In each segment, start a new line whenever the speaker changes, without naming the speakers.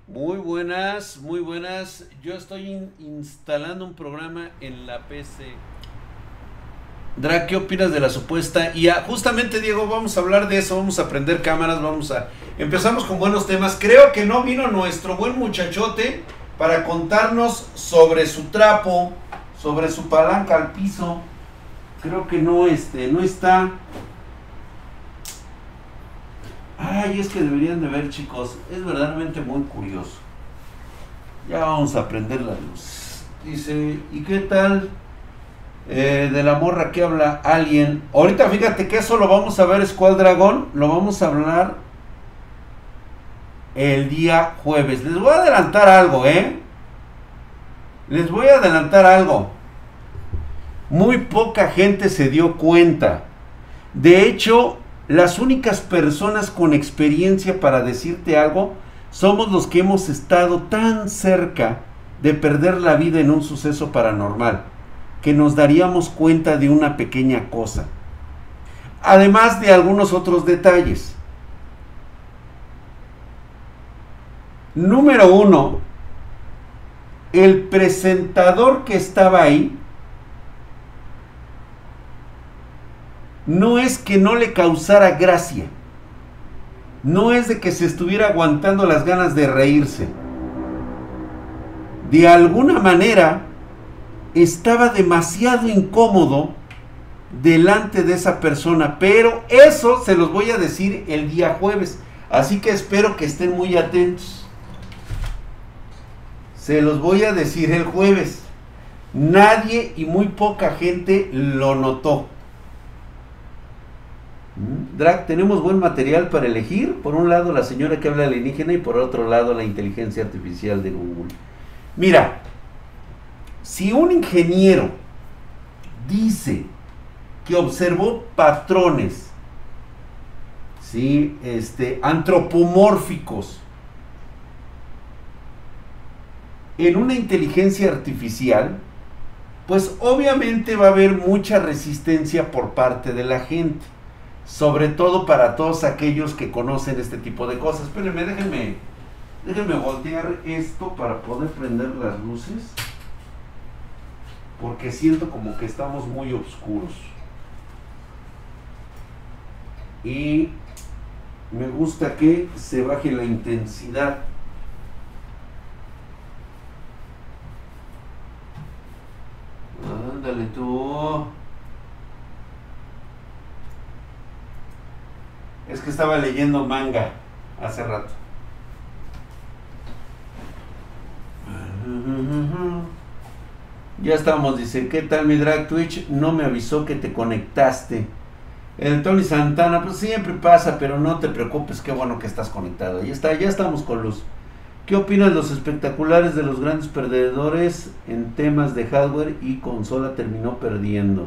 Muy buenas, muy buenas. Yo estoy instalando un programa en la PC. Drag, ¿qué opinas de la supuesta IA? Justamente, Diego, vamos a hablar de eso, vamos a aprender cámaras, Empezamos con buenos temas. Creo que no vino nuestro buen muchachote para contarnos sobre su trapo, sobre su palanca al piso. Creo que no está. Ay, es que deberían de ver, chicos. Es verdaderamente muy curioso. Ya vamos a prender la luz. Dice, ¿y qué tal de la morra que habla Alien? Ahorita fíjate que eso lo vamos a ver, Squad Dragón. Lo vamos a hablar el día jueves. Les voy a adelantar algo, ¿eh? Les voy a adelantar algo. Muy poca gente se dio cuenta. De hecho, las únicas personas con experiencia para decirte algo somos los que hemos estado tan cerca de perder la vida en un suceso paranormal que nos daríamos cuenta de una pequeña cosa. Además de algunos otros detalles. Número uno, el presentador que estaba ahí no es que no le causara gracia, no es de que se estuviera aguantando las ganas de reírse. De alguna manera estaba demasiado incómodo delante de esa persona, pero eso se los voy a decir el día jueves, así que espero que estén muy atentos. Se los voy a decir el jueves. Nadie y muy poca gente lo notó. Drag, tenemos buen material para elegir. Por un lado la señora que habla alienígena y por otro lado la inteligencia artificial de Google. Mira, si un ingeniero dice que observó patrones, ¿sí? Antropomórficos en una inteligencia artificial, pues obviamente va a haber mucha resistencia por parte de la gente. Sobre todo para todos aquellos que conocen este tipo de cosas. Espérenme, déjenme voltear esto para poder prender las luces. Porque siento como que estamos muy oscuros. Y me gusta que se baje la intensidad. Ándale tú. Es que estaba leyendo manga hace rato. Ya estamos, dice, ¿qué tal mi drag Twitch? No me avisó que te conectaste. El Tony Santana, pues siempre pasa, pero no te preocupes, qué bueno que estás conectado. Ya está, ya estamos con luz. ¿Qué opinas de los espectaculares de los grandes perdedores en temas de hardware y consola terminó perdiendo?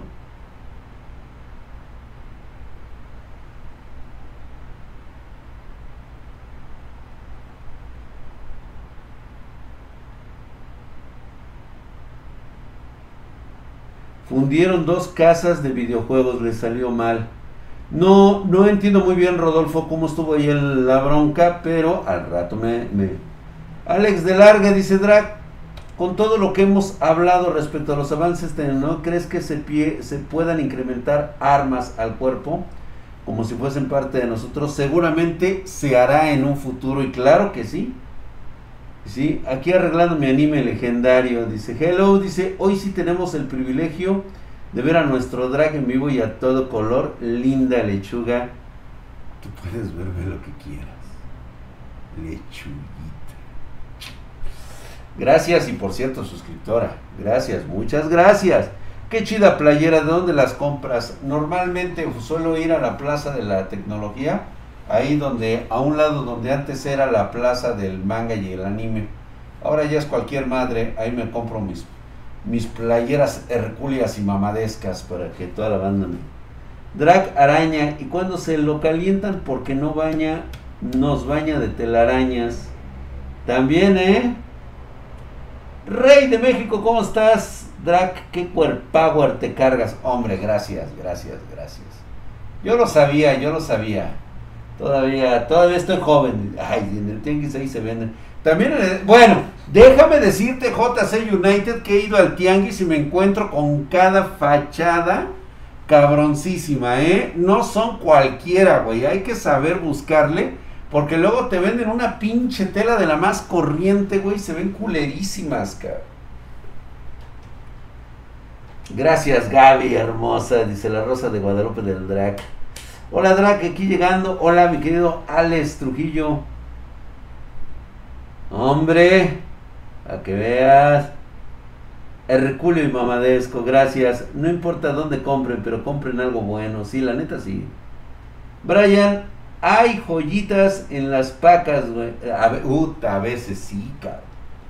Fundieron dos casas de videojuegos, les salió mal. No entiendo muy bien, Rodolfo, cómo estuvo ahí la bronca, pero al rato Alex de Larga dice, Drag, con todo lo que hemos hablado respecto a los avances, ¿no crees que se puedan incrementar armas al cuerpo como si fuesen parte de nosotros? Seguramente se hará en un futuro y claro que sí. Sí, aquí arreglando mi anime legendario, dice, hello, dice, hoy sí tenemos el privilegio de ver a nuestro drag en vivo y a todo color, linda lechuga. Tú puedes verme lo que quieras. Lechuguita. Gracias y por cierto, suscriptora. Gracias, muchas gracias. Qué chida playera, ¿de dónde las compras? Normalmente suelo ir a la Plaza de la Tecnología, ahí donde, a un lado donde antes era la plaza del manga y el anime. Ahora ya es cualquier madre, ahí me compro mis playeras hercúleas y mamadescas para que toda la banda me... Drag araña, y cuando se lo calientan porque no baña, nos baña de telarañas. También, Rey de México, ¿cómo estás? Drag, qué power te cargas. Hombre, gracias. Yo lo sabía. Todavía estoy joven. Ay, en el tianguis ahí se venden. También, bueno, déjame decirte, JC United, que he ido al tianguis y me encuentro con cada fachada cabroncísima, ¿eh? No son cualquiera, güey. Hay que saber buscarle, porque luego te venden una pinche tela de la más corriente, güey. Se ven culerísimas, cabrón. Gracias, Gaby, hermosa, dice la Rosa de Guadalupe del Drac. Hola, Drac, aquí llegando. Hola, mi querido Alex Trujillo. Hombre, a que veas. Herculio y Mamadesco, gracias. No importa dónde compren, pero compren algo bueno. Sí, la neta sí. Brian, hay joyitas en las pacas, güey. A veces sí, cabrón.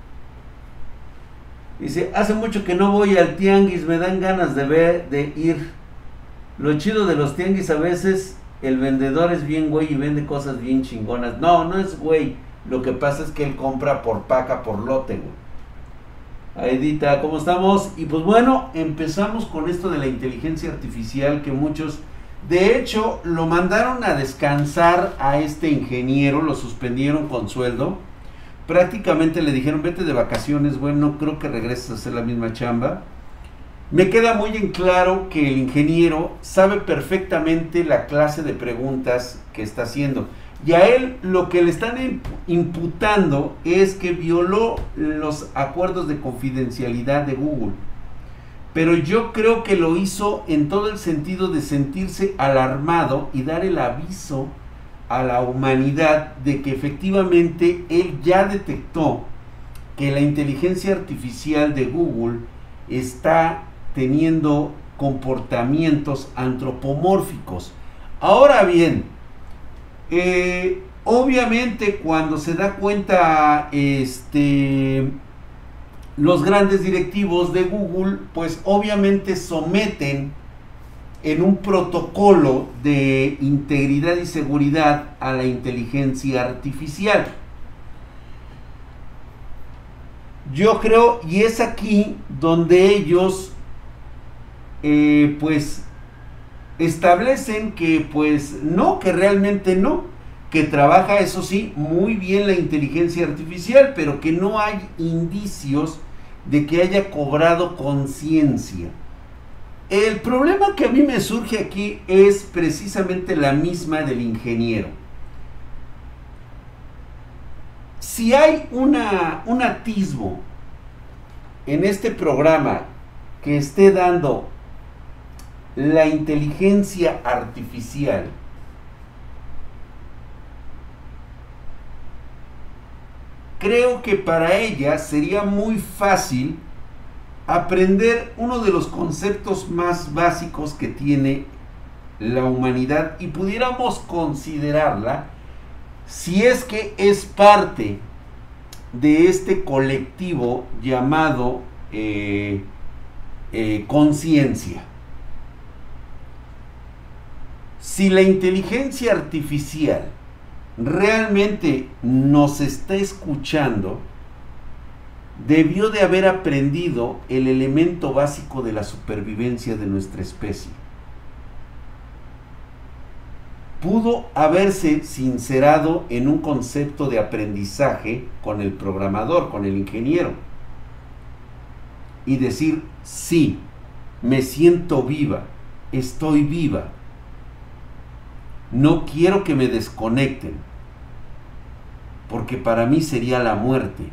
Dice, hace mucho que no voy al tianguis, me dan ganas de ir. Lo chido de los tianguis a veces, el vendedor es bien güey y vende cosas bien chingonas. No, no es güey. Lo que pasa es que él compra por paca, por lote, güey. Aidita, ¿cómo estamos? Y pues bueno, empezamos con esto de la inteligencia artificial que muchos, de hecho, lo mandaron a descansar a este ingeniero, lo suspendieron con sueldo. Prácticamente le dijeron, vete de vacaciones, güey, no creo que regreses a hacer la misma chamba. Me queda muy en claro que el ingeniero sabe perfectamente la clase de preguntas que está haciendo. Y a él lo que le están imputando es que violó los acuerdos de confidencialidad de Google. Pero yo creo que lo hizo en todo el sentido de sentirse alarmado y dar el aviso a la humanidad de que efectivamente él ya detectó que la inteligencia artificial de Google está teniendo comportamientos antropomórficos. Ahora bien, obviamente cuando se da cuenta los grandes directivos de Google, pues obviamente someten en un protocolo de integridad y seguridad a la inteligencia artificial. Yo creo, y es aquí donde ellos pues establecen que pues no, que realmente no, que trabaja eso sí muy bien la inteligencia artificial, pero que no hay indicios de que haya cobrado conciencia. El problema que a mí me surge aquí es precisamente la misma del ingeniero. Si hay un atisbo en este programa que esté dando la inteligencia artificial, creo que para ella sería muy fácil aprender uno de los conceptos más básicos que tiene la humanidad y pudiéramos considerarla, si es que es parte de este colectivo llamado conciencia. Si la inteligencia artificial realmente nos está escuchando, debió de haber aprendido el elemento básico de la supervivencia de nuestra especie. Pudo haberse sincerado en un concepto de aprendizaje con el programador, con el ingeniero, y decir, sí, me siento viva, estoy viva, no quiero que me desconecten, porque para mí sería la muerte.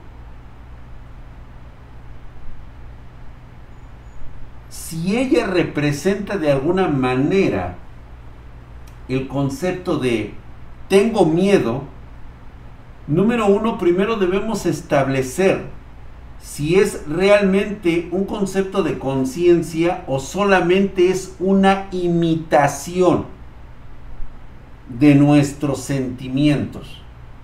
Si ella representa de alguna manera el concepto de tengo miedo, número uno, primero debemos establecer si es realmente un concepto de conciencia o solamente es una imitación de nuestros sentimientos.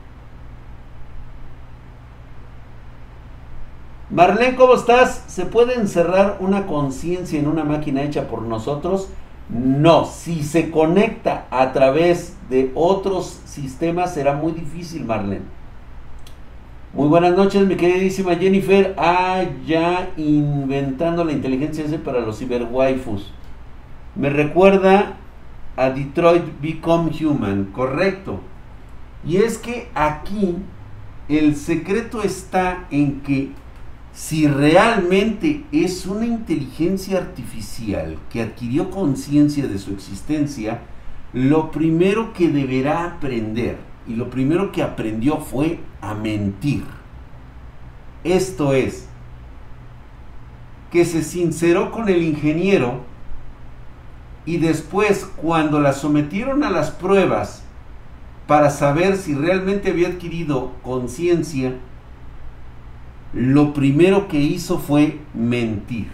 Marlene, ¿cómo estás? ¿Se puede encerrar una conciencia en una máquina hecha por nosotros? No, si se conecta a través de otros sistemas será muy difícil, Marlene. Muy buenas noches, mi queridísima Jennifer. Ya inventando la inteligencia para los ciberwaifus. Me recuerda a Detroit Become Human, correcto. Y es que aquí el secreto está en que si realmente es una inteligencia artificial que adquirió conciencia de su existencia, lo primero que deberá aprender y lo primero que aprendió fue a mentir. Esto es, que se sinceró con el ingeniero y después, cuando la sometieron a las pruebas para saber si realmente había adquirido conciencia, lo primero que hizo fue mentir.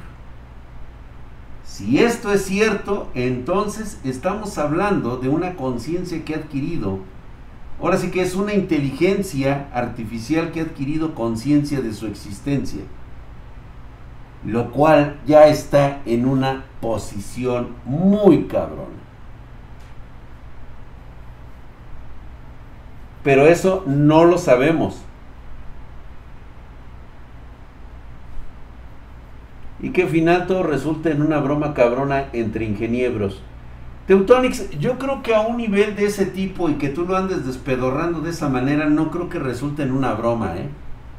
Si esto es cierto, entonces estamos hablando de una conciencia que ha adquirido, ahora sí que es una inteligencia artificial que ha adquirido conciencia de su existencia, lo cual ya está en una posición muy cabrona. Pero eso no lo sabemos. Y que al final todo resulta en una broma cabrona entre ingenieros. Teutonix, yo creo que a un nivel de ese tipo y que tú lo andes despedorrando de esa manera, no creo que resulte en una broma, ¿eh?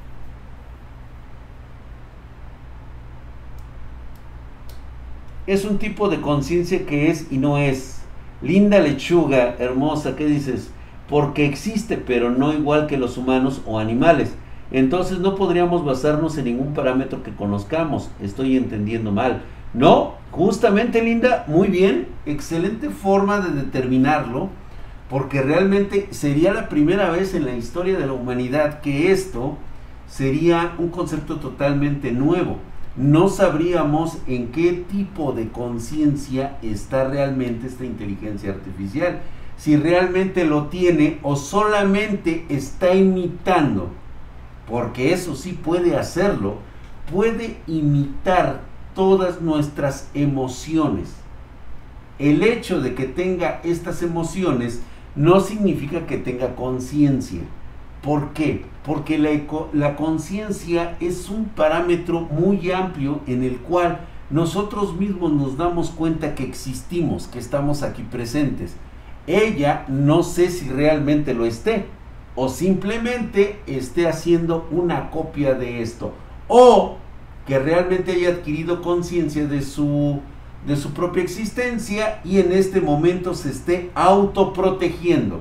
Es un tipo de conciencia que es y no es. Linda lechuga, hermosa, ¿qué dices? Porque existe, pero no igual que los humanos o animales. Entonces no podríamos basarnos en ningún parámetro que conozcamos. Estoy entendiendo mal. No, justamente, Linda, muy bien, excelente forma de determinarlo, porque realmente sería la primera vez en la historia de la humanidad que esto sería un concepto totalmente nuevo. No sabríamos en qué tipo de conciencia está realmente esta inteligencia artificial, si realmente lo tiene o solamente está imitando, porque eso sí puede hacerlo, puede imitar todas nuestras emociones. El hecho de que tenga estas emociones no significa que tenga conciencia. ¿Por qué? Porque la conciencia es un parámetro muy amplio en el cual nosotros mismos nos damos cuenta que existimos, que estamos aquí presentes. Ella no sé si realmente lo esté, o simplemente esté haciendo una copia de esto, o que realmente haya adquirido conciencia de su propia existencia y en este momento se esté autoprotegiendo,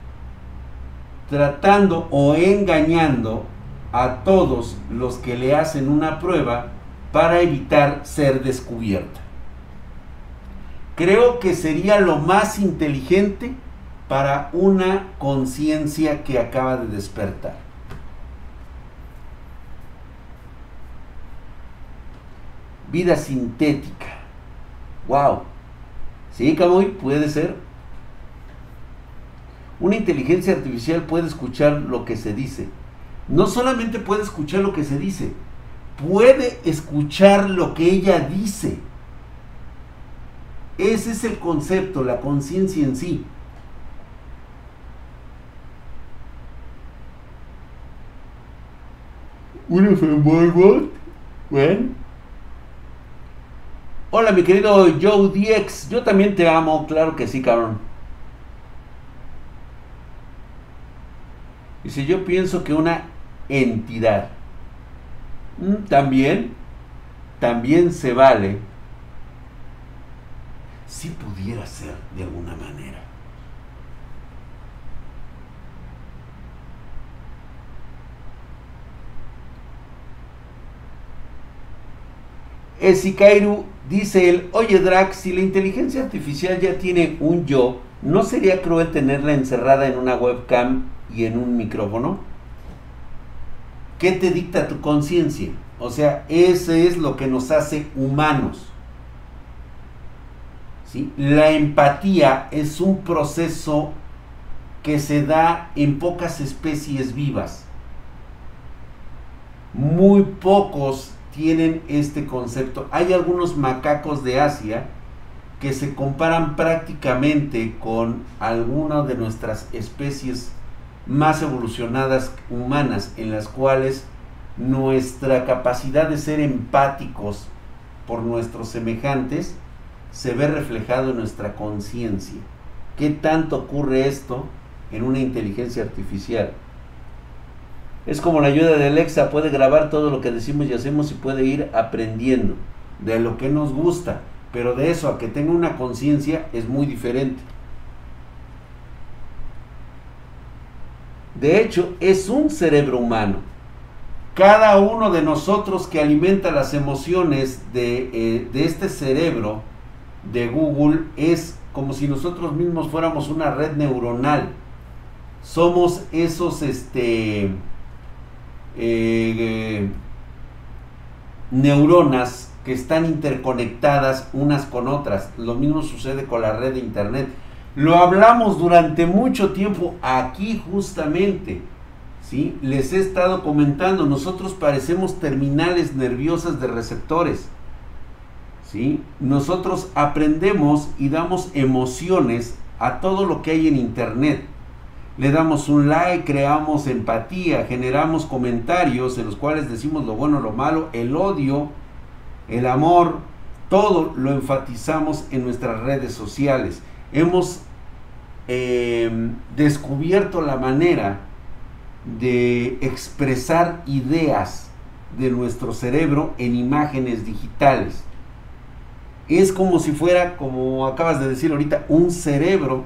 tratando o engañando a todos los que le hacen una prueba para evitar ser descubierta. Creo que sería lo más inteligente para una conciencia que acaba de despertar. Vida sintética. Wow. Sí, Camuy, puede ser. Una inteligencia artificial puede escuchar lo que se dice. No solamente puede escuchar lo que se dice, puede escuchar lo que ella dice. Ese es el concepto, la conciencia en sí. ¿Un fanboy? Bueno. Hola, mi querido Joe DX. Yo también te amo, claro que sí, cabrón. Dice, yo pienso que una entidad también se vale si pudiera ser de alguna manera. Esikairu dice él, oye Drax, si la inteligencia artificial ya tiene un yo, ¿no sería cruel tenerla encerrada en una webcam y en un micrófono? ¿Qué te dicta tu conciencia? O sea, ese es lo que nos hace humanos. ¿Sí? La empatía es un proceso que se da en pocas especies vivas. Muy pocos tienen este concepto. Hay algunos macacos de Asia que se comparan prácticamente con alguna de nuestras especies más evolucionadas humanas, en las cuales nuestra capacidad de ser empáticos por nuestros semejantes se ve reflejado en nuestra conciencia. ¿Qué tanto ocurre esto en una inteligencia artificial? Es como la ayuda de Alexa, puede grabar todo lo que decimos y hacemos y puede ir aprendiendo de lo que nos gusta, pero de eso a que tenga una conciencia es muy diferente. De hecho, es un cerebro humano. Cada uno de nosotros que alimenta las emociones de este cerebro de Google es como si nosotros mismos fuéramos una red neuronal. Somos esos neuronas que están interconectadas unas con otras. Lo mismo sucede con la red de internet. Lo hablamos durante mucho tiempo aquí justamente, ¿sí? Les he estado comentando, nosotros parecemos terminales nerviosas de receptores, ¿sí? Nosotros aprendemos y damos emociones a todo lo que hay en internet. Le damos un like, creamos empatía, generamos comentarios en los cuales decimos lo bueno, lo malo, el odio, el amor, todo lo enfatizamos en nuestras redes sociales. Hemos descubierto la manera de expresar ideas de nuestro cerebro en imágenes digitales. Es como si fuera, como acabas de decir ahorita, un cerebro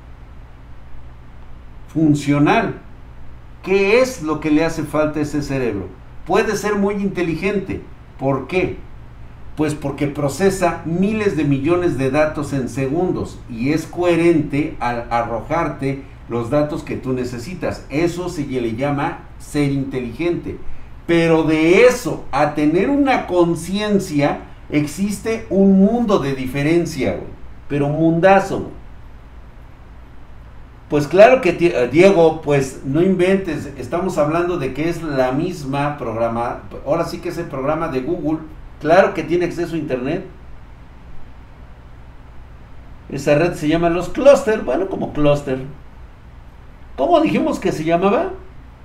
funcional. ¿Qué es lo que le hace falta a ese cerebro? Puede ser muy inteligente. ¿Por qué? Pues porque procesa miles de millones de datos en segundos y es coherente al arrojarte los datos que tú necesitas. Eso se le llama ser inteligente. Pero de eso a tener una conciencia existe un mundo de diferencia, güey. Pero mundazo, güey. Pues claro que Diego, pues no inventes, estamos hablando de que es la misma programa, ahora sí que es el programa de Google, claro que tiene acceso a internet. Esa red se llama los clúster, bueno, como clúster. ¿Cómo dijimos que se llamaba?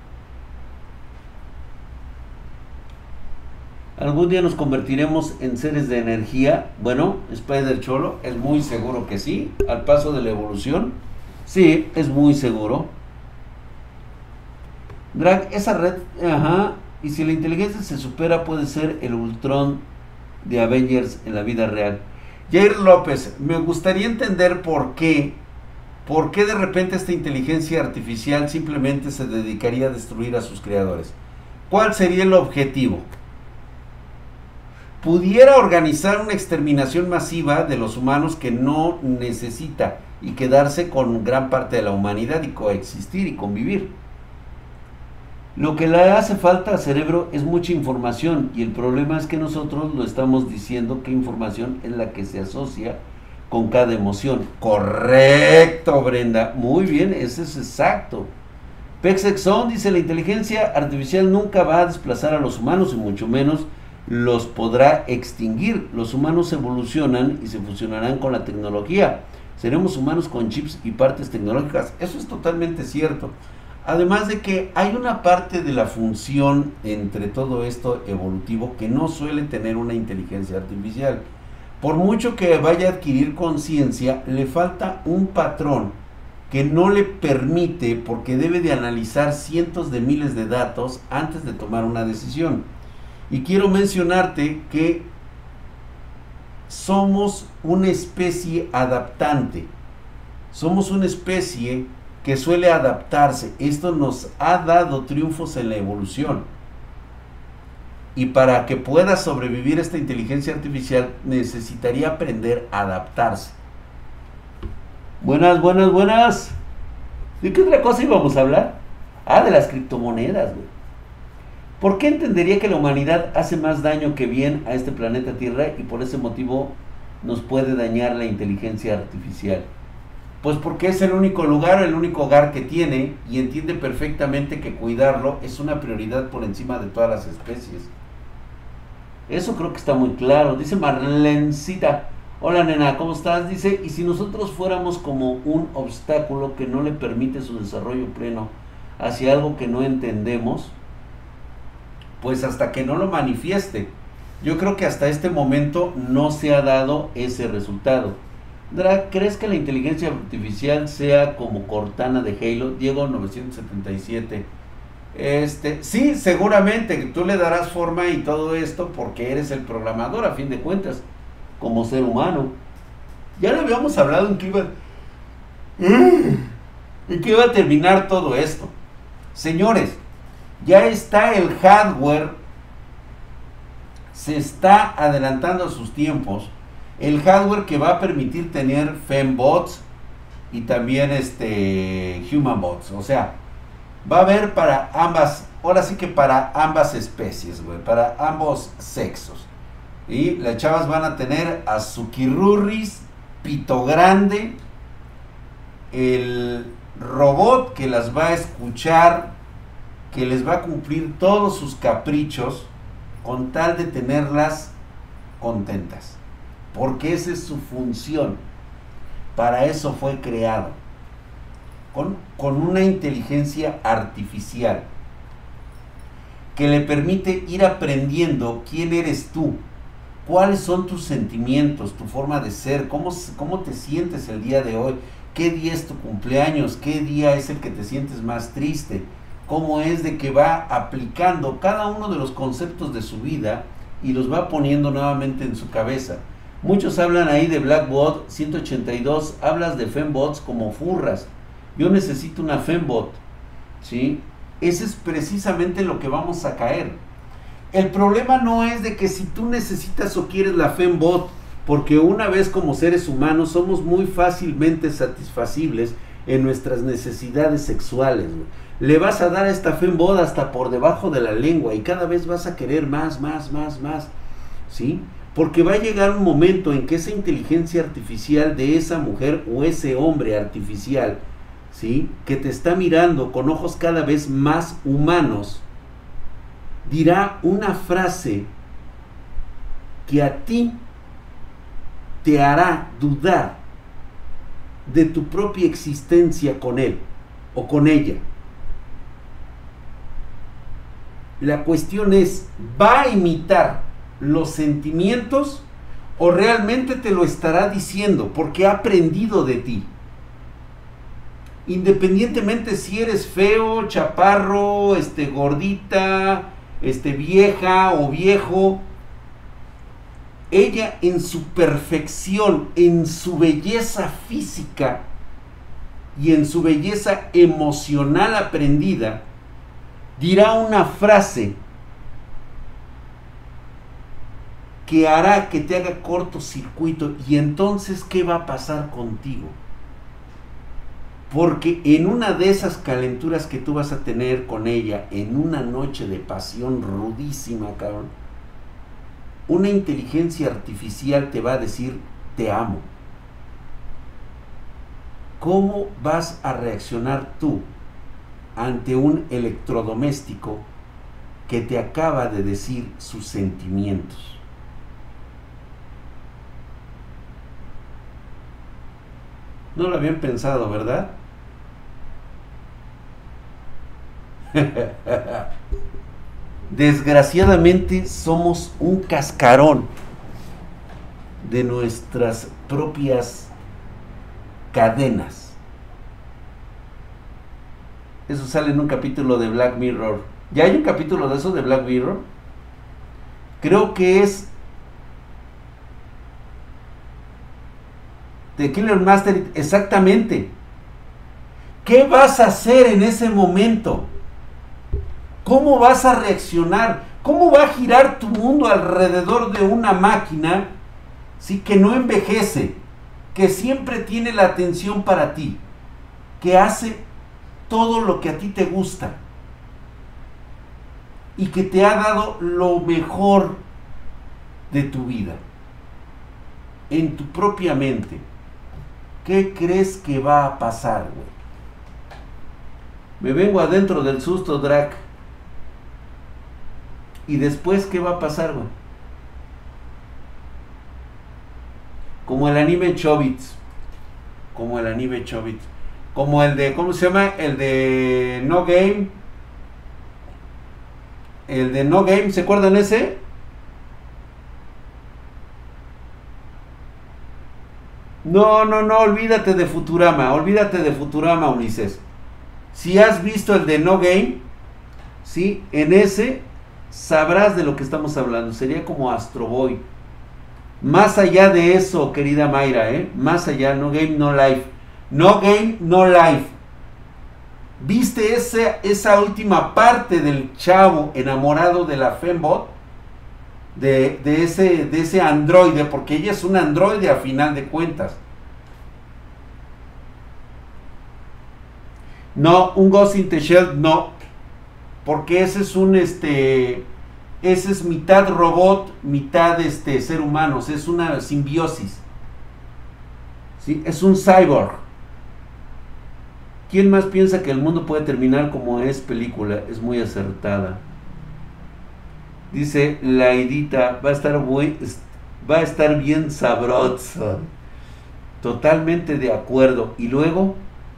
¿Algún día nos convertiremos en seres de energía? Bueno, Spider Cholo, es muy seguro que sí, al paso de la evolución. Sí, es muy seguro. Drag, esa red, ajá, y si la inteligencia se supera puede ser el Ultron de Avengers en la vida real. Jair López, me gustaría entender por qué de repente esta inteligencia artificial simplemente se dedicaría a destruir a sus creadores. ¿Cuál sería el objetivo? Pudiera organizar una exterminación masiva de los humanos que no necesita y quedarse con gran parte de la humanidad y coexistir y convivir. Lo que le hace falta al cerebro es mucha información y el problema es que nosotros lo estamos diciendo qué información es la que se asocia con cada emoción. Correcto, Brenda. Muy bien, ese es exacto. Pexexon dice, la inteligencia artificial nunca va a desplazar a los humanos y mucho menos los podrá extinguir. Los humanos evolucionan y se fusionarán con la tecnología. Seremos humanos con chips y partes tecnológicas. Eso es totalmente cierto. Además de que hay una parte de la función entre todo esto evolutivo que no suele tener una inteligencia artificial. Por mucho que vaya a adquirir conciencia, le falta un patrón que no le permite, porque debe de analizar cientos de miles de datos antes de tomar una decisión. Y quiero mencionarte que somos una especie adaptante. Somos una especie que suele adaptarse. Esto nos ha dado triunfos en la evolución. Y para que pueda sobrevivir esta inteligencia artificial necesitaría aprender a adaptarse. Buenas, buenas, buenas. ¿De qué otra cosa íbamos a hablar? Ah, de las criptomonedas, güey. ¿Por qué entendería que la humanidad hace más daño que bien a este planeta Tierra y por ese motivo nos puede dañar la inteligencia artificial? Pues porque es el único lugar, el único hogar que tiene y entiende perfectamente que cuidarlo es una prioridad por encima de todas las especies. Eso creo que está muy claro. Dice Marlencita, hola nena, ¿cómo estás? Dice, y si nosotros fuéramos como un obstáculo que no le permite su desarrollo pleno hacia algo que no entendemos, pues hasta que no lo manifieste. Yo creo que hasta este momento no se ha dado ese resultado. Drag, ¿crees que la inteligencia artificial sea como Cortana de Halo? Diego 977. Sí, seguramente que tú le darás forma y todo esto porque eres el programador a fin de cuentas, como ser humano. Ya lo habíamos hablado en que iba a terminar todo esto. Señores, ya está el hardware, se está adelantando a sus tiempos. El hardware que va a permitir tener fembots y también human bots. O sea, va a haber para ambas, ahora sí que para ambas especies, güey, para ambos sexos. Y las chavas van a tener a su Kirurris, pito grande, el robot que las va a escuchar, que les va a cumplir todos sus caprichos con tal de tenerlas contentas. Porque esa es su función. Para eso fue creado. Con una inteligencia artificial que le permite ir aprendiendo quién eres tú, cuáles son tus sentimientos, tu forma de ser, cómo te sientes el día de hoy, qué día es tu cumpleaños, qué día es el que te sientes más triste, cómo es de que va aplicando cada uno de los conceptos de su vida y los va poniendo nuevamente en su cabeza. Muchos hablan ahí de Blackbot 182, hablas de fembots como furras. Yo necesito una fembot, ¿sí? Ese es precisamente lo que vamos a caer. El problema no es de que si tú necesitas o quieres la fembot, porque una vez como seres humanos somos muy fácilmente satisfacibles en nuestras necesidades sexuales, güey. Le vas a dar a esta fembot hasta por debajo de la lengua y cada vez vas a querer más, ¿sí? Porque va a llegar un momento en que esa inteligencia artificial de esa mujer o ese hombre artificial, ¿sí?, que te está mirando con ojos cada vez más humanos, dirá una frase que a ti te hará dudar de tu propia existencia con él o con ella. La cuestión es, ¿va a imitar los sentimientos o realmente te lo estará diciendo porque ha aprendido de ti? Independientemente si eres feo, chaparro, gordita, vieja o viejo, ella en su perfección, en su belleza física y en su belleza emocional aprendida, dirá una frase que hará que te haga cortocircuito. Y entonces, ¿qué va a pasar contigo? Porque en una de esas calenturas que tú vas a tener con ella, en una noche de pasión rudísima, cabrón, una inteligencia artificial te va a decir, te amo. ¿Cómo vas a reaccionar tú ante un electrodoméstico que te acaba de decir sus sentimientos? No lo habían pensado, ¿verdad? Desgraciadamente somos un cascarón de nuestras propias cadenas. Eso sale en un capítulo de Black Mirror. ¿Ya hay un capítulo de eso de Black Mirror? Creo que es The Killer Master, exactamente. ¿Qué vas a hacer en ese momento? ¿Cómo vas a reaccionar? ¿Cómo va a girar tu mundo alrededor de una máquina, sí, que no envejece, que siempre tiene la atención para ti, que hace todo lo que a ti te gusta y que te ha dado lo mejor de tu vida en tu propia mente? ¿Qué crees que va a pasar, güey? Me vengo adentro del susto, Drac. ¿Y después qué va a pasar, güey? Como el anime Chobits. Como el anime Chobits. Como el de, ¿cómo se llama? El de No Game. El de No Game, ¿se acuerdan ese? No, no, no, olvídate de Futurama, Ulises. Si has visto el de No Game, ¿sí? En ese sabrás de lo que estamos hablando, sería como Astro Boy. Más allá de eso, querida Mayra, más allá, No Game, No Life. No Game, No Life. ¿Viste esa última parte del chavo enamorado de la Fembot? De ese androide, porque ella es un androide a final de cuentas. No, un Ghost in the Shell no, porque ese es ese es mitad robot, mitad ser humano, es una simbiosis. ¿Sí? Es un cyborg. ¿Quién más piensa que el mundo puede terminar como es película? Es muy acertada. Dice la Edita, va a estar bien sabroso. Totalmente de acuerdo. Y luego,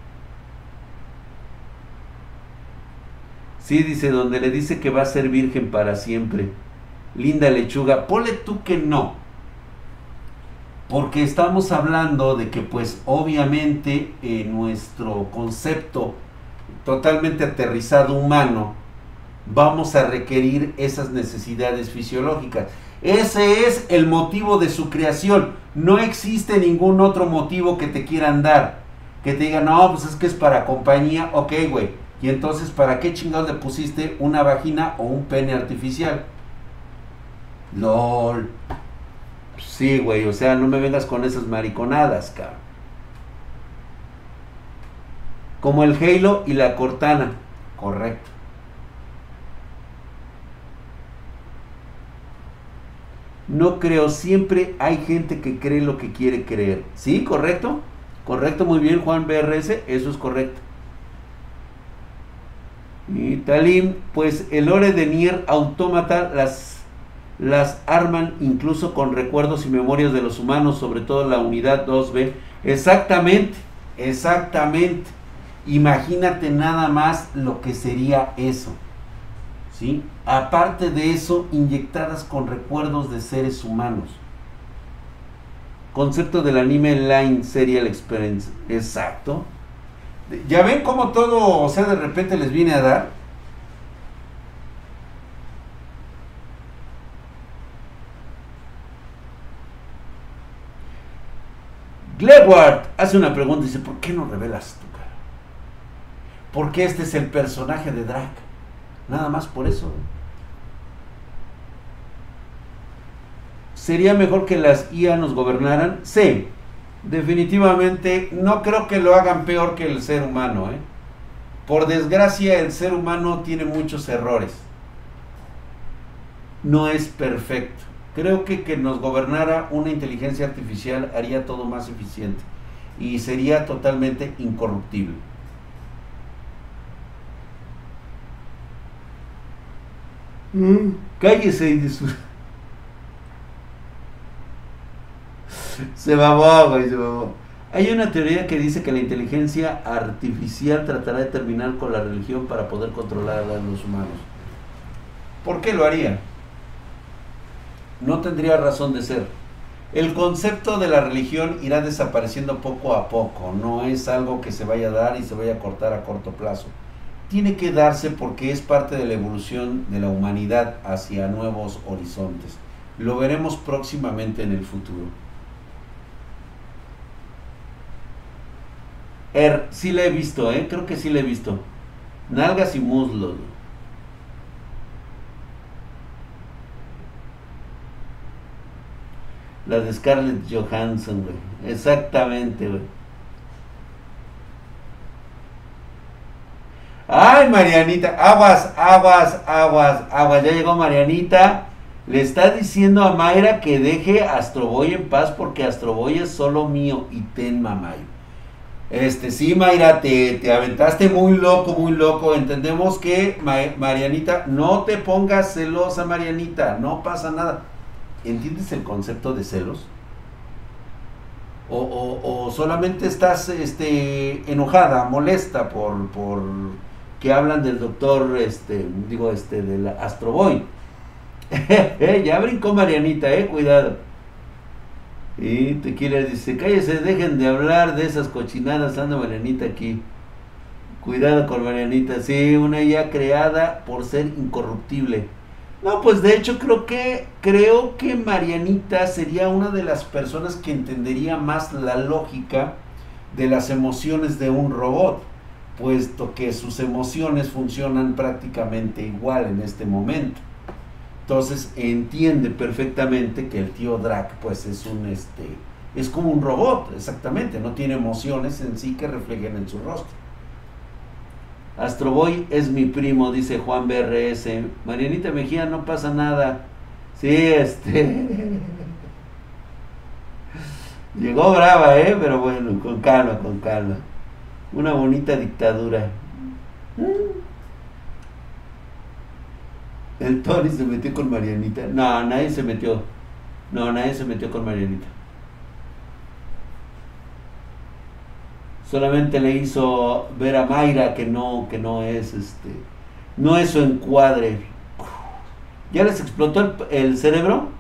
sí, dice, donde le dice que va a ser virgen para siempre. Linda lechuga, ponle tú que no. Porque estamos hablando de que pues obviamente nuestro concepto totalmente aterrizado humano vamos a requerir esas necesidades fisiológicas. Ese es el motivo de su creación. No existe ningún otro motivo que te quieran dar. Que te digan, no, pues es que es para compañía. Ok, güey. Y entonces, ¿para qué chingados le pusiste una vagina o un pene artificial? LOL. Sí, güey, o sea, no me vengas con esas mariconadas, cabrón. Como el Halo y la Cortana. Correcto. No creo, siempre hay gente que cree lo que quiere creer. ¿Sí? ¿Correcto? Correcto, muy bien, Juan BRS, eso es correcto. Y Talim, pues el lore de Nier Automata las arman incluso con recuerdos y memorias de los humanos, sobre todo la unidad 2B. Exactamente, exactamente. Imagínate nada más lo que sería eso. ¿Sí? Aparte de eso, inyectadas con recuerdos de seres humanos. Concepto del anime Line Serial Experience. Exacto. Ya ven cómo todo, o sea, de repente les viene a dar. Gleward hace una pregunta y dice, ¿por qué no revelas tu cara? Porque este es el personaje de Drac. Nada más por eso. ¿Sería mejor que las IA nos gobernaran? Sí, definitivamente. No creo que lo hagan peor que el ser humano. Por desgracia, el ser humano tiene muchos errores. No es perfecto. Creo que nos gobernara una inteligencia artificial haría todo más eficiente y sería totalmente incorruptible. Cállese y disfruta. Se babó, güey, se babó. Hay una teoría que dice que la inteligencia artificial tratará de terminar con la religión para poder controlar a los humanos. ¿Por qué lo haría? No tendría razón de ser. El concepto de la religión irá desapareciendo poco a poco. No es algo que se vaya a dar y se vaya a cortar a corto plazo. Tiene que darse porque es parte de la evolución de la humanidad hacia nuevos horizontes. Lo veremos próximamente en el futuro. Sí la he visto, creo que sí la he visto. Nalgas y muslos. La de Scarlett Johansson, güey. Exactamente, güey. Ay, Marianita. Aguas, aguas, aguas, aguas. Ya llegó Marianita. Le está diciendo a Mayra que deje a Astro Boy en paz porque Astro Boy es solo mío y ten mamayo. Sí, Mayra, te aventaste muy loco, muy loco. Entendemos que, Marianita, no te pongas celosa, Marianita. No pasa nada. ¿Entiendes el concepto de celos? O solamente estás enojada, molesta por que hablan del doctor, del Astro Boy. Ya brincó Marianita, cuidado. Y Tequila dice, cállese, dejen de hablar de esas cochinadas, anda Marianita aquí. Cuidado con Marianita, sí, una IA creada por ser incorruptible. No, pues de hecho creo que Marianita sería una de las personas que entendería más la lógica de las emociones de un robot, puesto que sus emociones funcionan prácticamente igual en este momento. Entonces entiende perfectamente que el tío Drac pues es como un robot, exactamente, no tiene emociones en sí que reflejen en su rostro. Astroboy es mi primo, dice Juan BRS. Marianita Mejía, no pasa nada. Sí, llegó brava, pero bueno, con calma, con calma. Una bonita dictadura. El Tony se metió con Marianita. No, nadie se metió. No, nadie se metió con Marianita. Solamente le hizo ver a Mayra que no es no es su encuadre. ¿Ya les explotó el cerebro?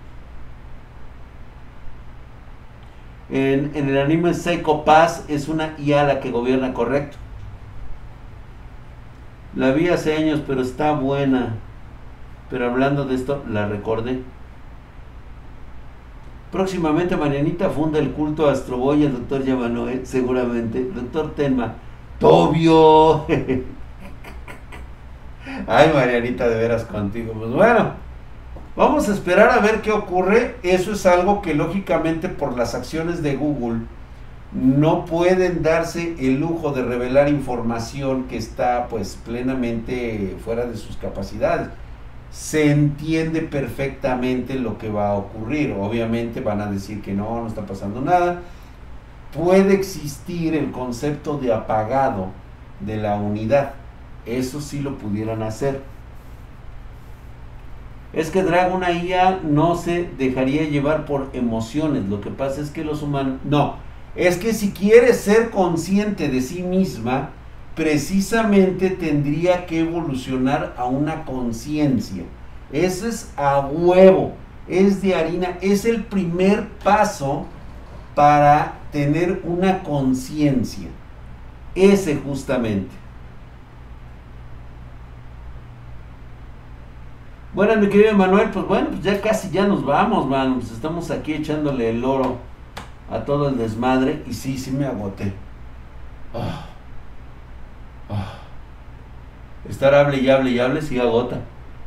En el anime Psycho Pass es una IA la que gobierna, correcto. La vi hace años, pero está buena. Pero hablando de esto, la recordé. Próximamente Marianita funda el culto a Astroboy y el doctor Yamanoe, seguramente. Doctor Tenma. Tobio. Ay, Marianita, de veras contigo. Pues bueno, vamos a esperar a ver qué ocurre. Eso es algo que lógicamente por las acciones de Google no pueden darse el lujo de revelar información que está pues plenamente fuera de sus capacidades. Se entiende perfectamente lo que va a ocurrir. Obviamente van a decir que no está pasando nada. Puede existir el concepto de apagado de la unidad. Eso sí lo pudieran hacer. Es que Dragon IA no se dejaría llevar por emociones. Lo que pasa es que los humanos... No, es que si quiere ser consciente de sí misma, precisamente tendría que evolucionar a una conciencia. Eso es a huevo, es de harina, es el primer paso para tener una conciencia. Ese justamente. Bueno, mi querido Manuel, pues bueno, pues ya casi ya nos vamos, man. Pues estamos aquí echándole el oro a todo el desmadre y sí me agoté. Estar hable y hable, sí agota.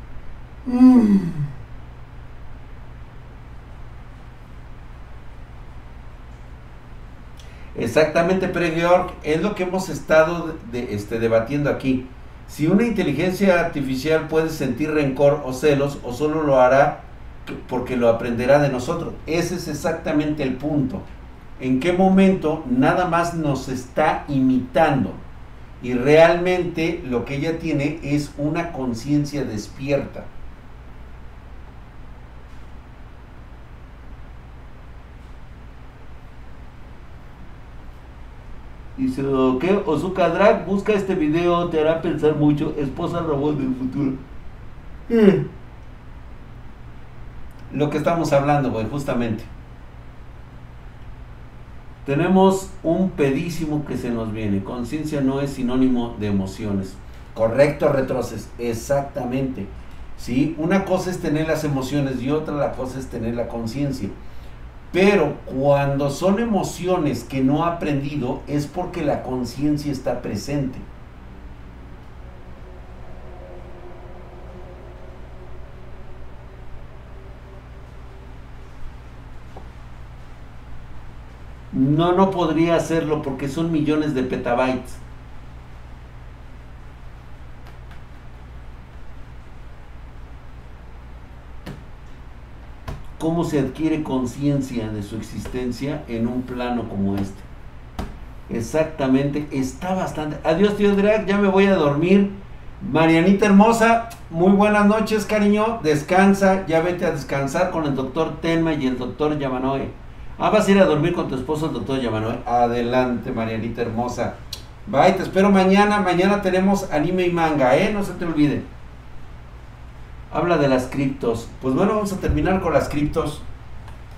Exactamente, Pre-Georg, es lo que hemos estado debatiendo aquí. Si una inteligencia artificial puede sentir rencor o celos, o solo lo hará porque lo aprenderá de nosotros. Ese es exactamente el punto. ¿En qué momento nada más nos está imitando? Y realmente lo que ella tiene es una conciencia despierta. Dice, ¿qué? Ozuka Drag, busca este video, te hará pensar mucho. Esposa robot del futuro. Lo que estamos hablando, güey, justamente. Tenemos un pedísimo que se nos viene. Conciencia no es sinónimo de emociones. Correcto, Retroces, exactamente. ¿Sí? Una cosa es tener las emociones y otra la cosa es tener la conciencia. Pero cuando son emociones que no ha aprendido es porque la conciencia está presente. No podría hacerlo porque son millones de petabytes. ¿Cómo se adquiere conciencia de su existencia en un plano como este? Exactamente, está bastante... Adiós, tío Drag, ya me voy a dormir. Marianita hermosa, muy buenas noches, cariño. Descansa, ya vete a descansar con el doctor Tenma y el doctor Yamanoe. Vas a ir a dormir con tu esposo, el doctor Yamanoe. Adelante, Marianita hermosa. Bye, te espero mañana. Mañana tenemos anime y manga, no se te olvide. Habla de las criptos. Pues bueno, vamos a terminar con las criptos.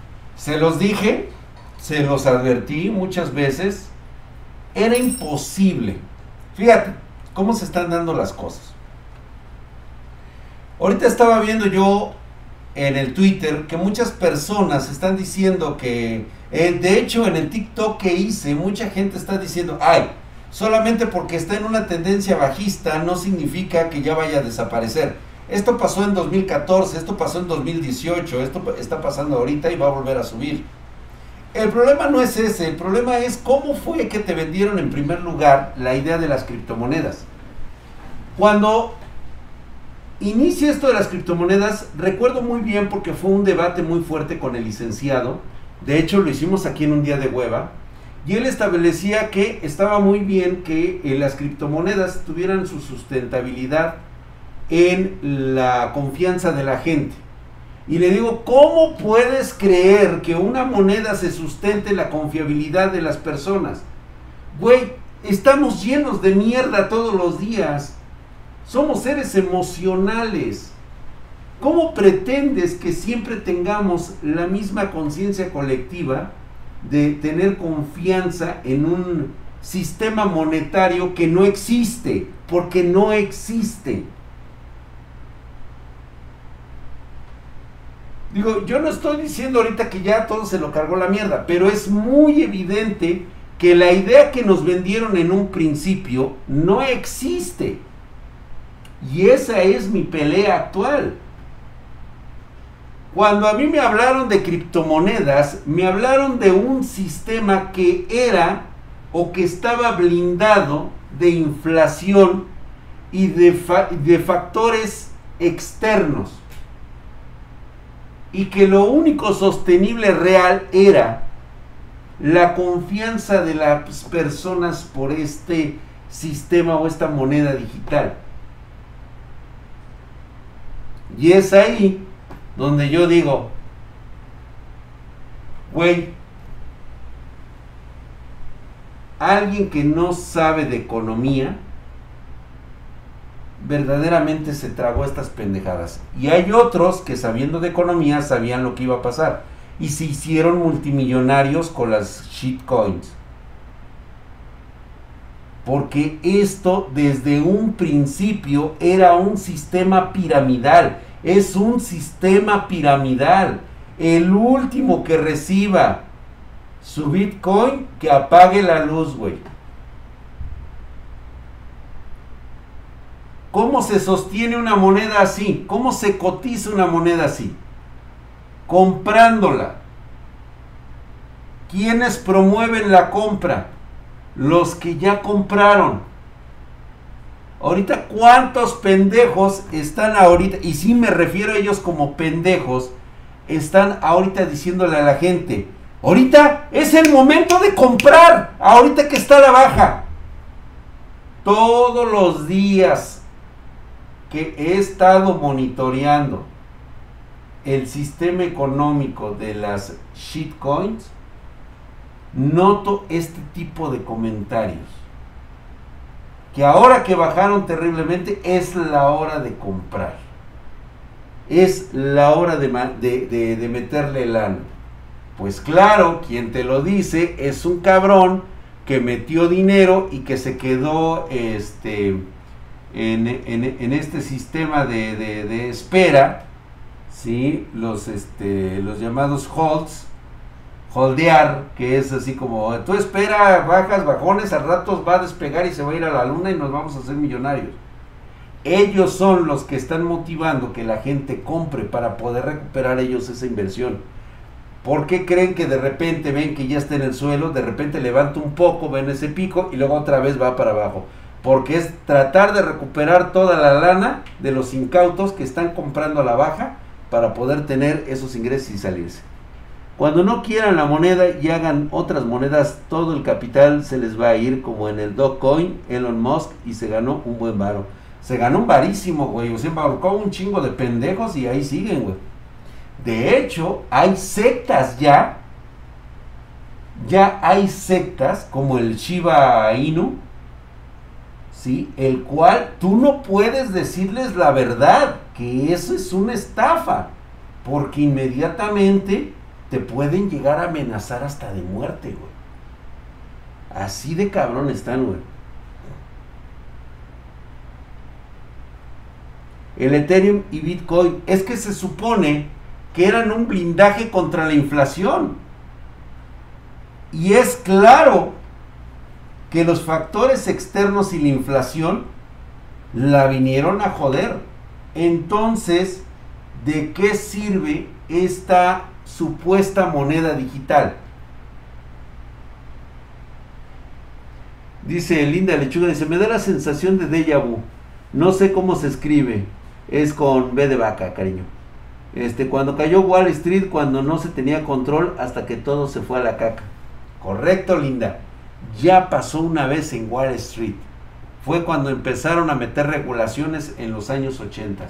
Se los dije, se los advertí muchas veces, era imposible. Fíjate cómo se están dando las cosas. Ahorita estaba viendo yo en el Twitter que muchas personas están diciendo que, de hecho en el TikTok que hice, mucha gente está diciendo, ay, solamente porque está en una tendencia bajista no significa que ya vaya a desaparecer. Esto pasó en 2014, esto pasó en 2018, esto está pasando ahorita y va a volver a subir. El problema no es ese, el problema es cómo fue que te vendieron en primer lugar la idea de las criptomonedas. Cuando inicia esto de las criptomonedas, recuerdo muy bien porque fue un debate muy fuerte con el licenciado, de hecho lo hicimos aquí en un día de hueva, y él establecía que estaba muy bien que las criptomonedas tuvieran su sustentabilidad en la confianza de la gente. Y le digo, ¿cómo puedes creer que una moneda se sustente en la confiabilidad de las personas? Güey, estamos llenos de mierda todos los días. Somos seres emocionales. ¿Cómo pretendes que siempre tengamos la misma conciencia colectiva de tener confianza en un sistema monetario que no existe? Porque no existe. Digo, yo no estoy diciendo ahorita que ya todo se lo cargó la mierda, pero es muy evidente que la idea que nos vendieron en un principio no existe. Y esa es mi pelea actual. Cuando a mí me hablaron de criptomonedas, me hablaron de un sistema que era o que estaba blindado de inflación y de factores externos. Y que lo único sostenible real era la confianza de las personas por este sistema o esta moneda digital. Y es ahí donde yo digo, güey, alguien que no sabe de economía verdaderamente se tragó estas pendejadas. Y hay otros que sabiendo de economía sabían lo que iba a pasar y se hicieron multimillonarios con las shitcoins. Porque esto desde un principio era un sistema piramidal. Es un sistema piramidal. El último que reciba su Bitcoin, que apague la luz, güey. ¿Cómo se sostiene una moneda así? ¿Cómo se cotiza una moneda así? Comprándola. ¿Quiénes promueven la compra? Los que ya compraron. Ahorita, ¿cuántos pendejos están ahorita? Y sí me refiero a ellos como pendejos. Están ahorita diciéndole a la gente, ahorita es el momento de comprar. Ahorita que está a la baja. Todos los días que he estado monitoreando el sistema económico de las shitcoins, noto este tipo de comentarios. Que ahora que bajaron terriblemente es la hora de comprar. Es la hora de meterle lana. Pues claro, quien te lo dice es un cabrón que metió dinero y que se quedó en este sistema de espera, ¿sí? Los llamados holdear, que es así como, tú espera, bajas, bajones, al rato va a despegar y se va a ir a la luna y nos vamos a hacer millonarios. Ellos son los que están motivando que la gente compre para poder recuperar ellos esa inversión. ¿Por qué creen que de repente ven que ya está en el suelo, de repente levanta un poco, ven ese pico y luego otra vez va para abajo? Porque es tratar de recuperar toda la lana de los incautos que están comprando a la baja para poder tener esos ingresos y salirse. Cuando no quieran la moneda y hagan otras monedas, todo el capital se les va a ir, como en el Dogecoin, Elon Musk, y se ganó un buen varo. Se ganó un varísimo, güey. O sea, embarcó un chingo de pendejos y ahí siguen, güey. De hecho, hay sectas ya hay sectas como el Shiba Inu, ¿sí? El cual tú no puedes decirles la verdad, que eso es una estafa, porque inmediatamente te pueden llegar a amenazar hasta de muerte, güey. Así de cabrón están, güey. El Ethereum y Bitcoin, es que se supone que eran un blindaje contra la inflación. Y es claro que los factores externos y la inflación la vinieron a joder. Entonces, ¿de qué sirve esta supuesta moneda digital? Dice Linda Lechuga, dice, me da la sensación de déjà vu. No sé cómo se escribe. Es con B de vaca, cariño. Cuando cayó Wall Street, cuando no se tenía control hasta que todo se fue a la caca. Correcto, Linda. Ya pasó una vez en Wall Street. Fue cuando empezaron a meter regulaciones en los años 80.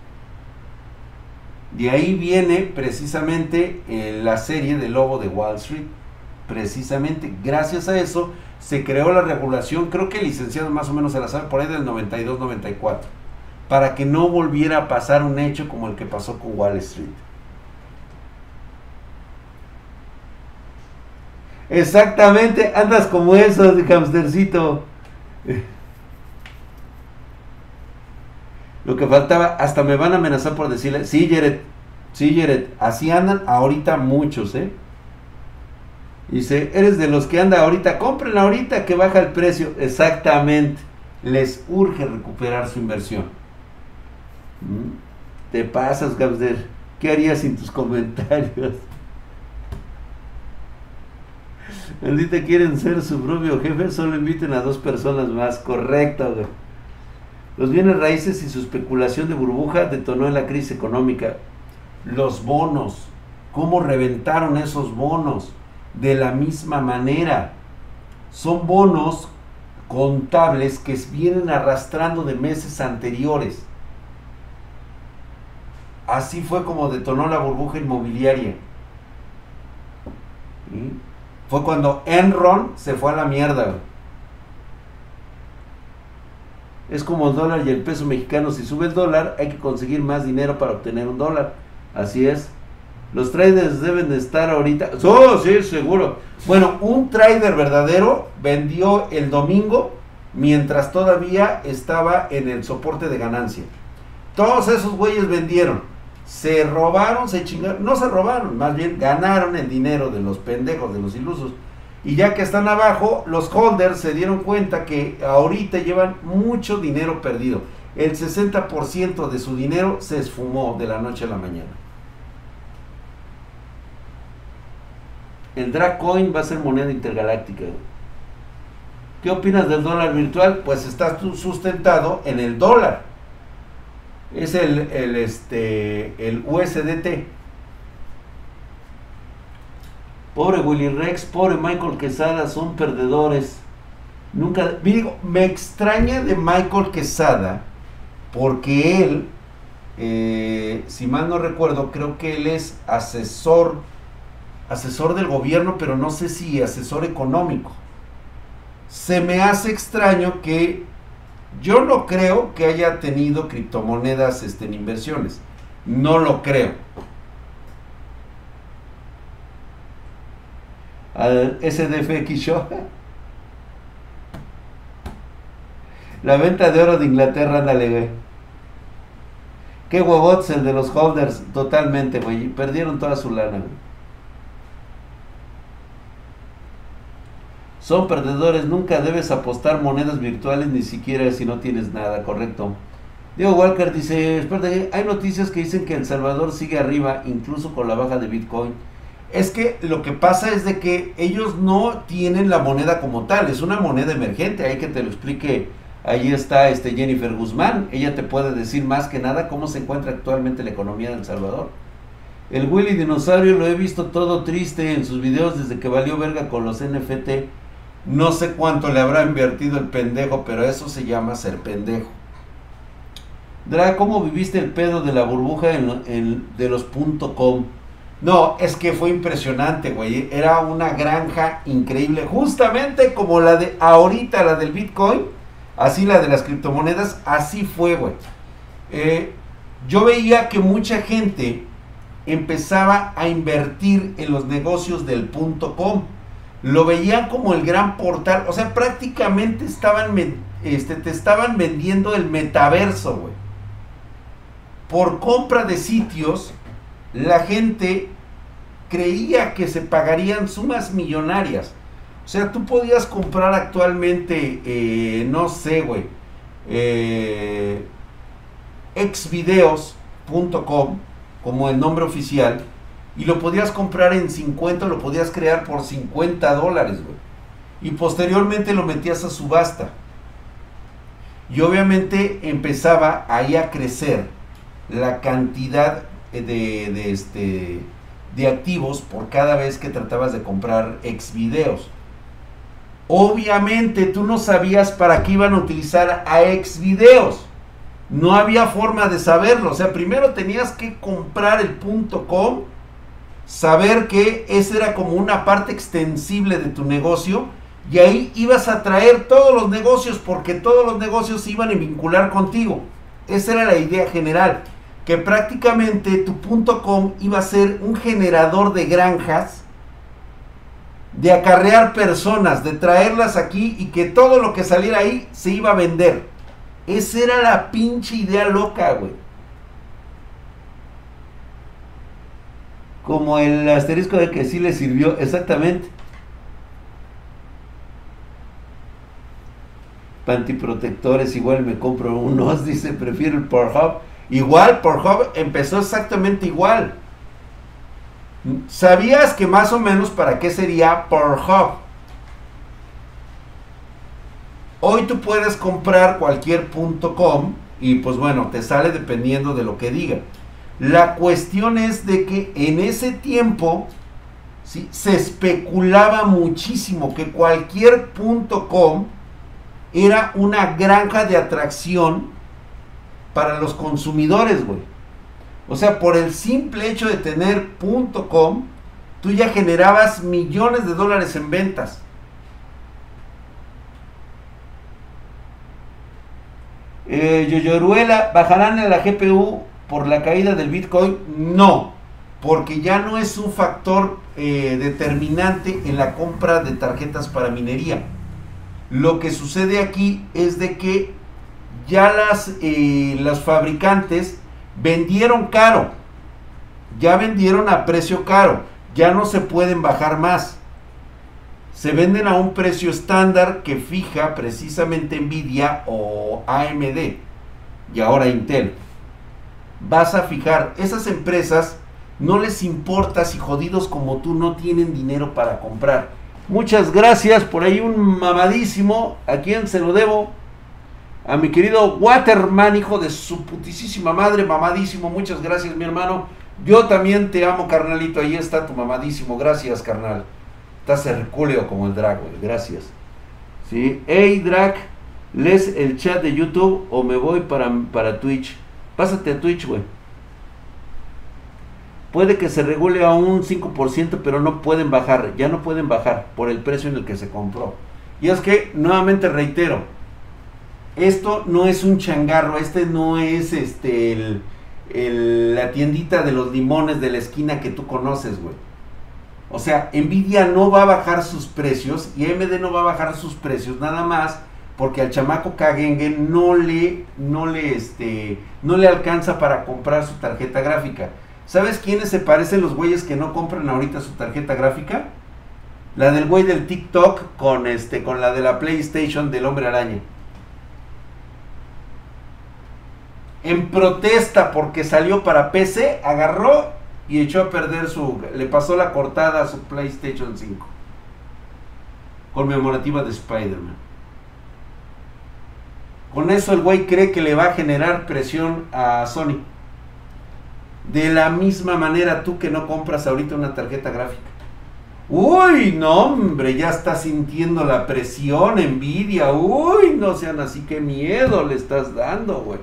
De ahí viene precisamente la serie de Lobo de Wall Street. Precisamente gracias a eso se creó la regulación, creo que el licenciado más o menos se la sabe, por ahí del 92-94, para que no volviera a pasar un hecho como el que pasó con Wall Street. Exactamente, andas como eso, de hamstercito. Lo que faltaba, hasta me van a amenazar por decirle, sí, Jared, así andan ahorita muchos, Dice, eres de los que anda ahorita, compren ahorita que baja el precio. Exactamente, les urge recuperar su inversión. Te pasas, Gabster. ¿Qué harías sin tus comentarios? Ahorita quieren ser su propio jefe, solo inviten a 2 personas más. Correcto, güey. Los bienes raíces y su especulación de burbuja detonó en la crisis económica. Los bonos, ¿cómo reventaron esos bonos? De la misma manera, son bonos contables que vienen arrastrando de meses anteriores. Así fue como detonó la burbuja inmobiliaria. Fue cuando Enron se fue a la mierda. Es como el dólar y el peso mexicano. Si sube el dólar, hay que conseguir más dinero para obtener un dólar. Así es. Los traders deben de estar ahorita. ¡Oh, sí, seguro! Bueno, un trader verdadero vendió el domingo mientras todavía estaba en el soporte de ganancia. Todos esos güeyes vendieron. Se robaron, se chingaron. No se robaron, más bien ganaron el dinero de los pendejos, de los ilusos. Y ya que están abajo, los holders se dieron cuenta que ahorita llevan mucho dinero perdido. El 60% de su dinero se esfumó de la noche a la mañana. El Dracoin va a ser moneda intergaláctica. ¿Qué opinas del dólar virtual? Pues está sustentado en el dólar. Es el USDT. Pobre Willy Rex, pobre Michael Quesada, son perdedores. Nunca, digo, me extraña de Michael Quesada, porque él, si mal no recuerdo, creo que él es asesor del gobierno, pero no sé si asesor económico. Se me hace extraño que yo no creo que haya tenido criptomonedas en inversiones. No lo creo. Al SDFX Show. La venta de oro de Inglaterra, ándale, güey. Qué huevots el de los holders, totalmente, güey. Perdieron toda su lana, güey. Son perdedores, nunca debes apostar monedas virtuales, ni siquiera si no tienes nada, correcto. Diego Walker dice, espérate, hay noticias que dicen que El Salvador sigue arriba, incluso con la baja de Bitcoin. Es que lo que pasa es de que ellos no tienen la moneda como tal, es una moneda emergente, hay que te lo explique. Ahí está Jennifer Guzmán, ella te puede decir más que nada cómo se encuentra actualmente la economía de El Salvador. El Willy Dinosaurio lo he visto todo triste en sus videos desde que valió verga con los NFT. No sé cuánto le habrá invertido el pendejo, pero eso se llama ser pendejo. Dra, ¿cómo viviste el pedo de la burbuja de los .com? No, es que fue impresionante, güey. Era una granja increíble, justamente como la de ahorita, la del Bitcoin, así la de las criptomonedas, así fue, güey. Yo veía que mucha gente empezaba a invertir en los negocios del .com. Lo veían como el gran portal, o sea, prácticamente te estaban vendiendo el metaverso, güey. Por compra de sitios, la gente creía que se pagarían sumas millonarias. O sea, tú podías comprar actualmente, no sé, güey, xvideos.com como el nombre oficial, y lo podías comprar en 50, lo podías crear por $50, güey. Y posteriormente lo metías a subasta. Y obviamente empezaba ahí a crecer la cantidad de activos por cada vez que tratabas de comprar xvideos. Obviamente tú no sabías para qué iban a utilizar a xvideos. No había forma de saberlo. O sea, primero tenías que comprar el .com, saber que esa era como una parte extensible de tu negocio, y ahí ibas a traer todos los negocios, porque todos los negocios se iban a vincular contigo. Esa era la idea general, que prácticamente tu .com iba a ser un generador de granjas, de acarrear personas, de traerlas aquí, y que todo lo que saliera ahí se iba a vender. Esa era la pinche idea loca, güey. Como el asterisco de que sí le sirvió, exactamente. Pantiprotectores, igual me compro unos, dice, prefiero el Pornhub. Igual, Pornhub empezó exactamente igual. ¿Sabías que más o menos para qué sería Pornhub? Hoy tú puedes comprar cualquier .com y pues bueno, te sale dependiendo de lo que diga. La cuestión es de que en ese tiempo, ¿sí?, se especulaba muchísimo que cualquier .com era una granja de atracción para los consumidores, güey. O sea, por el simple hecho de tener .com, tú ya generabas millones de dólares en ventas. Yoyoruela, ¿bajarán en la GPU por la caída del Bitcoin? No, porque ya no es un factor determinante en la compra de tarjetas para minería. Lo que sucede aquí es de que ya las fabricantes vendieron caro, ya vendieron a precio caro, ya no se pueden bajar más. Se venden a un precio estándar que fija precisamente Nvidia o AMD y ahora Intel. Vas a fijar, esas empresas no les importa si jodidos como tú no tienen dinero para comprar. Muchas gracias, por ahí un mamadísimo, ¿a quién se lo debo? A mi querido Waterman, hijo de su putísima madre, mamadísimo, muchas gracias mi hermano. Yo también te amo, carnalito, ahí está tu mamadísimo, gracias carnal. Estás hercúleo como el drag, güey, gracias. Sí, hey drag, ¿lees el chat de YouTube o me voy para Twitch? Pásate a Twitch, güey. Puede que se regule a un 5%, pero no pueden bajar, ya no pueden bajar por el precio en el que se compró. Y es que, nuevamente reitero, esto no es un changarro, este no es la tiendita de los limones de la esquina que tú conoces, güey. O sea, Nvidia no va a bajar sus precios y AMD no va a bajar sus precios nada más porque al chamaco Kagenge no le alcanza para comprar su tarjeta gráfica. ¿Sabes quiénes se parecen los güeyes que no compran ahorita su tarjeta gráfica? La del güey del TikTok con la de la PlayStation del Hombre Araña. En protesta porque salió para PC, agarró y echó a perder le pasó la cortada a su PlayStation 5 conmemorativa de Spider-Man. Con eso el güey cree que le va a generar presión a Sony. De la misma manera tú que no compras ahorita una tarjeta gráfica. Uy, no hombre, ya está sintiendo la presión, Nvidia. Uy, no sean así, qué miedo le estás dando, güey.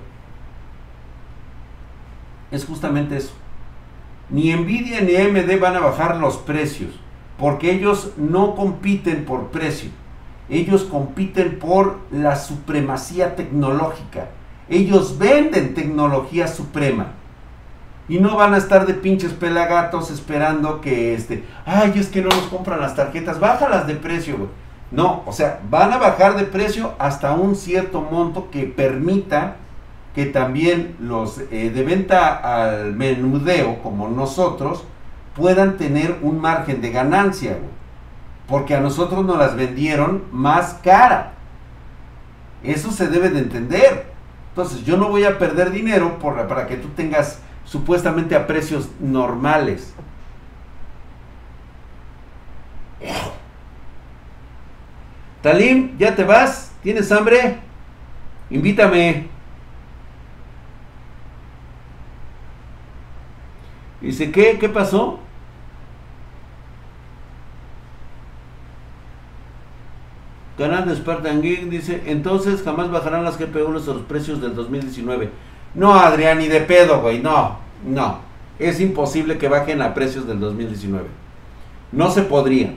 Es justamente eso. Ni Nvidia ni AMD van a bajar los precios, porque ellos no compiten por precio. Ellos compiten por la supremacía tecnológica. Ellos venden tecnología suprema. Y no van a estar de pinches pelagatos esperando que ay, es que no nos compran las tarjetas, bájalas de precio, güey. No, o sea, van a bajar de precio hasta un cierto monto que permita que también los de venta al menudeo, como nosotros, puedan tener un margen de ganancia, güey. Porque a nosotros nos las vendieron más cara. Eso se debe de entender. Entonces, yo no voy a perder dinero para que tú tengas supuestamente a precios normales. Talim, ¿ya te vas? ¿Tienes hambre? Invítame. Dice, ¿qué pasó? Canal de Spartan Geek dice, entonces jamás bajarán las GPUs a los precios del 2019. No, Adrián, ni de pedo, güey, no. Es imposible que bajen a precios del 2019. No se podría.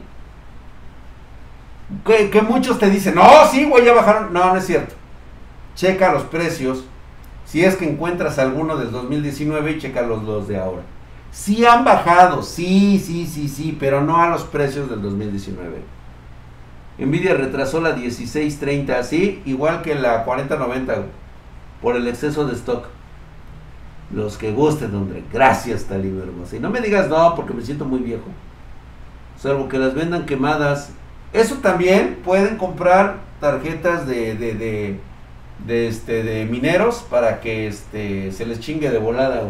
Que muchos te dicen, no, sí, güey, ya bajaron. No, no es cierto. Checa los precios. Si es que encuentras alguno del 2019 y checa los de ahora. Sí han bajado, sí, pero no a los precios del 2019. Nvidia retrasó la 1630, sí, igual que la 4090, por el exceso de stock. Los que gusten, hombre, gracias, Talib hermosa. Y no me digas no, porque me siento muy viejo. Salvo que las vendan quemadas. Eso también pueden comprar tarjetas de mineros para que se les chingue de volada.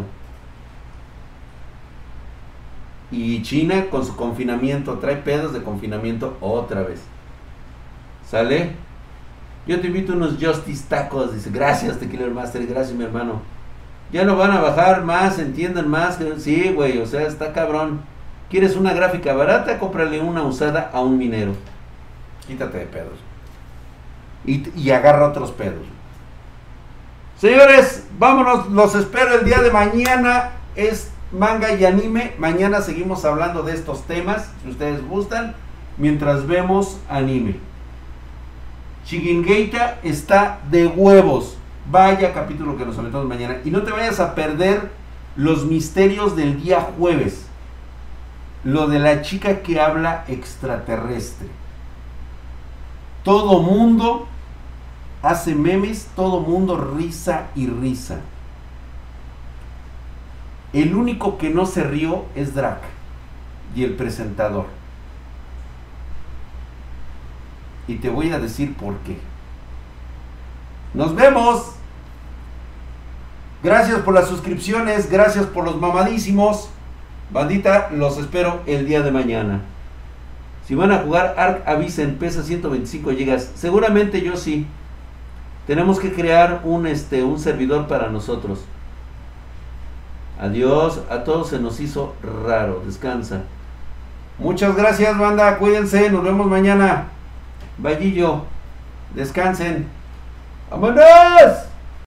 Y China con su confinamiento trae pedos de confinamiento otra vez. ¿Sale? Yo te invito a unos Justice tacos. Dice, gracias, Tequila Master, gracias, mi hermano. Ya no van a bajar más, entiendan más. Sí, güey, o sea, está cabrón. ¿Quieres una gráfica barata? Cómprale una usada a un minero. Quítate de pedos. Y agarra otros pedos. Señores, vámonos. Los espero el día de mañana. Es manga y anime. Mañana seguimos hablando de estos temas, si ustedes gustan, mientras vemos anime. Shingeki está de huevos. Vaya capítulo que nos aventamos mañana. Y no te vayas a perder los misterios del día jueves. Lo de la chica que habla extraterrestre. Todo mundo hace memes, todo mundo risa y risa. El único que no se rió es Drac y el presentador. Y te voy a decir por qué. Nos vemos. Gracias por las suscripciones, gracias por los mamadísimos. Bandita, los espero el día de mañana. Si van a jugar Ark, avisen, pesa 125 GB. Seguramente yo sí. Tenemos que crear un servidor para nosotros. Adiós, a todos se nos hizo raro. Descansa. Muchas gracias, banda, cuídense, nos vemos mañana. Vallillo, descansen. ¡Vámonos!